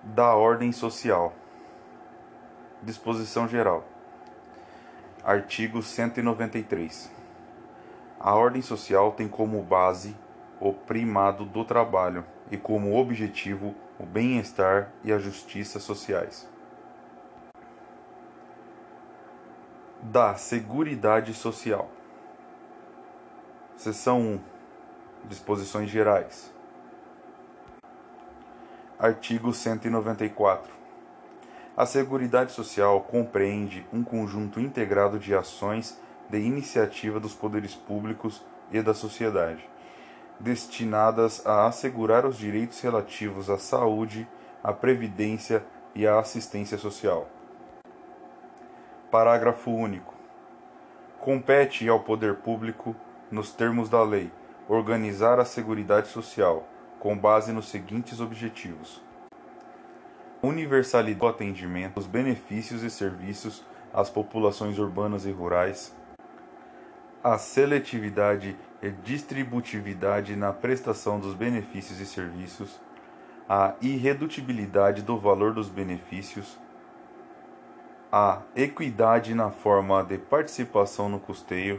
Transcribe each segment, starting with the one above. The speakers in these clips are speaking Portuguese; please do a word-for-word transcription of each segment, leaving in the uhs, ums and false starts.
Da ordem social. Disposição geral. Artigo cento e noventa e três. A ordem social tem como base o primado do trabalho e como objetivo o bem-estar e a justiça sociais. Da Seguridade Social. Seção um. Disposições gerais. Artigo cento e noventa e quatro. A Seguridade Social compreende um conjunto integrado de ações de iniciativa dos poderes públicos e da sociedade, destinadas a assegurar os direitos relativos à saúde, à previdência e à assistência social. Parágrafo único. Compete ao poder público, nos termos da lei, organizar a Seguridade Social, com base nos seguintes objetivos: universalidade do atendimento, os benefícios e serviços às populações urbanas e rurais, a seletividade e distributividade na prestação dos benefícios e serviços, a irredutibilidade do valor dos benefícios, a equidade na forma de participação no custeio,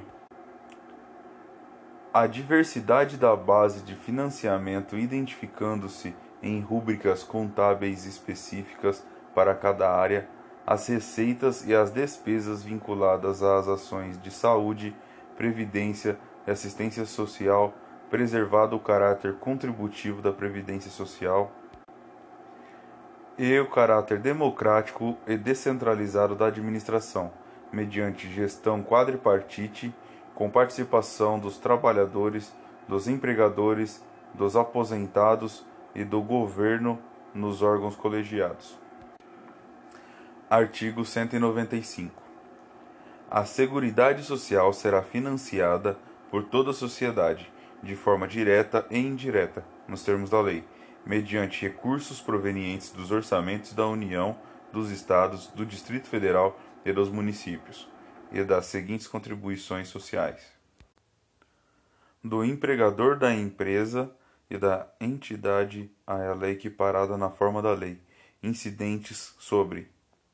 a diversidade da base de financiamento identificando-se em rúbricas contábeis específicas para cada área, as receitas e as despesas vinculadas às ações de saúde, previdência e assistência social, preservado o caráter contributivo da previdência social e o caráter democrático e descentralizado da administração, mediante gestão quadripartite, com participação dos trabalhadores, dos empregadores, dos aposentados e do governo nos órgãos colegiados. Artigo cento e noventa e cinco. A Seguridade Social será financiada por toda a sociedade, de forma direta e indireta, nos termos da lei, mediante recursos provenientes dos orçamentos da União, dos Estados, do Distrito Federal e dos municípios, e das seguintes contribuições sociais: do empregador da empresa e da entidade a ela equiparada na forma da lei, incidentes sobre: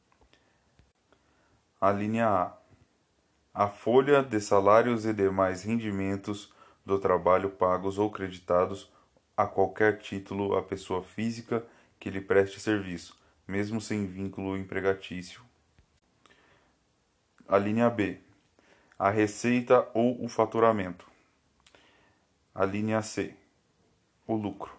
a linha A, a folha de salários e demais rendimentos do trabalho pagos ou creditados a qualquer título à pessoa física que lhe preste serviço, mesmo sem vínculo empregatício. A linha B, a receita ou o faturamento. A linha C, o lucro.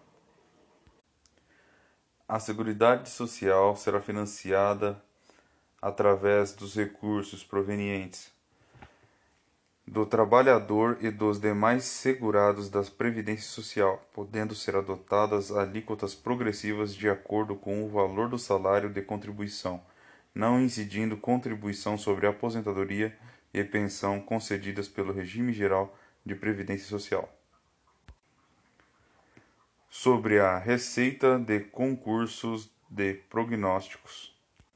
A Seguridade Social será financiada através dos recursos provenientes do trabalhador e dos demais segurados da Previdência Social, podendo ser adotadas alíquotas progressivas de acordo com o valor do salário de contribuição, não incidindo contribuição sobre a aposentadoria e pensão concedidas pelo Regime Geral de Previdência Social. Sobre a receita de concursos de prognósticos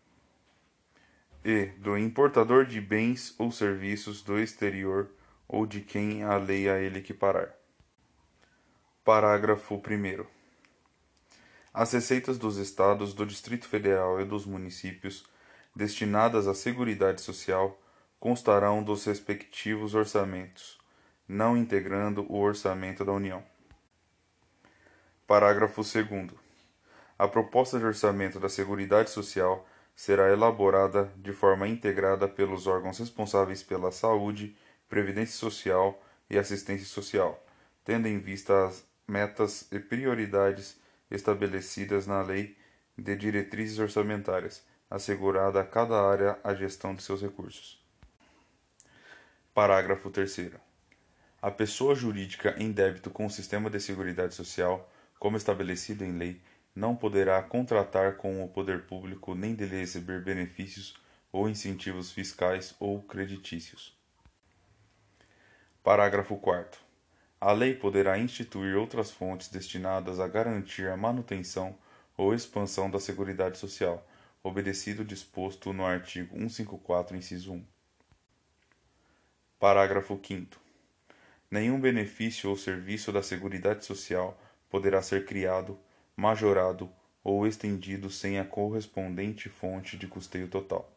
e do importador de bens ou serviços do exterior ou de quem a lei a ele equiparar. Parágrafo primeiro. As receitas dos Estados, do Distrito Federal e dos municípios destinadas à Seguridade Social constarão dos respectivos orçamentos, não integrando o orçamento da União. Parágrafo segundo. A proposta de orçamento da Seguridade Social será elaborada de forma integrada pelos órgãos responsáveis pela saúde, previdência social e assistência social, tendo em vista as metas e prioridades estabelecidas na Lei de Diretrizes Orçamentárias, assegurada a cada área a gestão de seus recursos. Parágrafo terceiro. A pessoa jurídica em débito com o sistema de Seguridade Social, como estabelecido em lei, não poderá contratar com o poder público nem dele receber benefícios ou incentivos fiscais ou creditícios. Parágrafo quarto. A lei poderá instituir outras fontes destinadas a garantir a manutenção ou expansão da Seguridade Social, obedecido o disposto no artigo cento e cinquenta e quatro, inciso um. Parágrafo quinto. Nenhum benefício ou serviço da Seguridade Social poderá ser criado, majorado ou estendido sem a correspondente fonte de custeio total.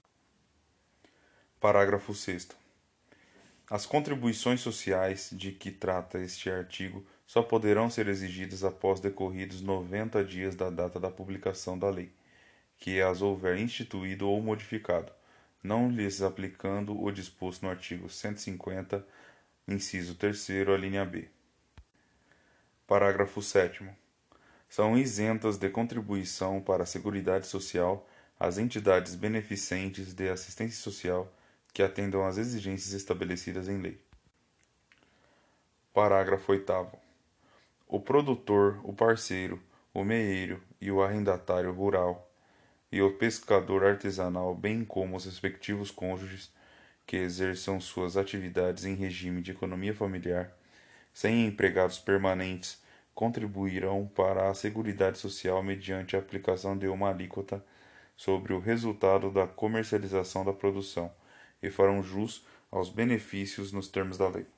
Parágrafo sexto. As contribuições sociais de que trata este artigo só poderão ser exigidas após decorridos noventa dias da data da publicação da lei, que as houver instituído ou modificado, não lhes aplicando o disposto no artigo cento e cinquenta, inciso terceiro, alínea B. Parágrafo sétimo. São isentas de contribuição para a Seguridade Social as entidades beneficentes de assistência social que atendam às exigências estabelecidas em lei. Parágrafo oitavo. O produtor, o parceiro, o meeiro e o arrendatário rural e o pescador artesanal, bem como os respectivos cônjuges que exerçam suas atividades em regime de economia familiar, sem empregados permanentes, contribuirão para a Seguridade Social mediante a aplicação de uma alíquota sobre o resultado da comercialização da produção e farão jus aos benefícios nos termos da lei.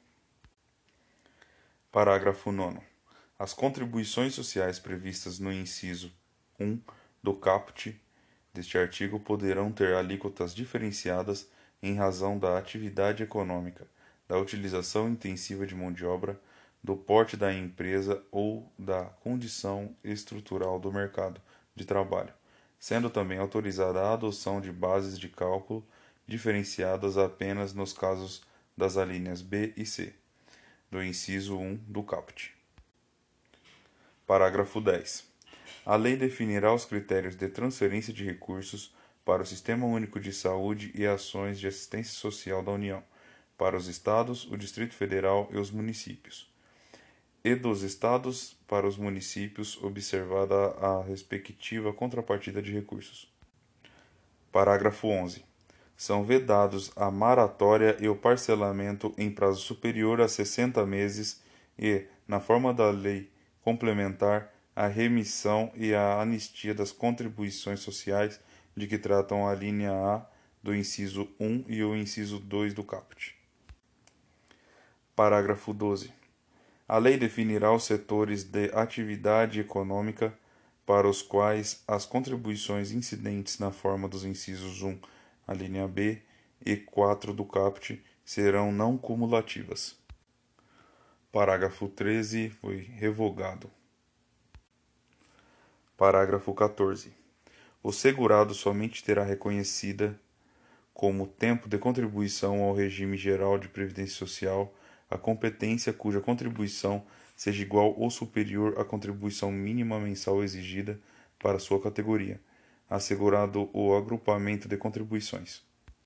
Parágrafo nono. As contribuições sociais previstas no inciso um do caput deste artigo poderão ter alíquotas diferenciadas em razão da atividade econômica, da utilização intensiva de mão de obra, do porte da empresa ou da condição estrutural do mercado de trabalho, sendo também autorizada a adoção de bases de cálculo diferenciadas apenas nos casos das alíneas B e C, do inciso um do caput. Parágrafo dez. A lei definirá os critérios de transferência de recursos para o Sistema Único de Saúde e ações de assistência social da União, para os Estados, o Distrito Federal e os municípios, e dos Estados para os municípios, observada a respectiva contrapartida de recursos. Parágrafo onze. São vedados a maratória e o parcelamento em prazo superior a sessenta meses e, na forma da lei complementar, a remissão e a anistia das contribuições sociais de que tratam a linha A do inciso um e o inciso dois do caput. Parágrafo doze. A lei definirá os setores de atividade econômica para os quais as contribuições incidentes na forma dos incisos um, a linha B, e quatro do caput serão não cumulativas. Parágrafo treze foi revogado. Parágrafo quatorze. O segurado somente terá reconhecida como tempo de contribuição ao regime geral de previdência social a competência cuja contribuição seja igual ou superior à contribuição mínima mensal exigida para sua categoria, assegurado o agrupamento de contribuições.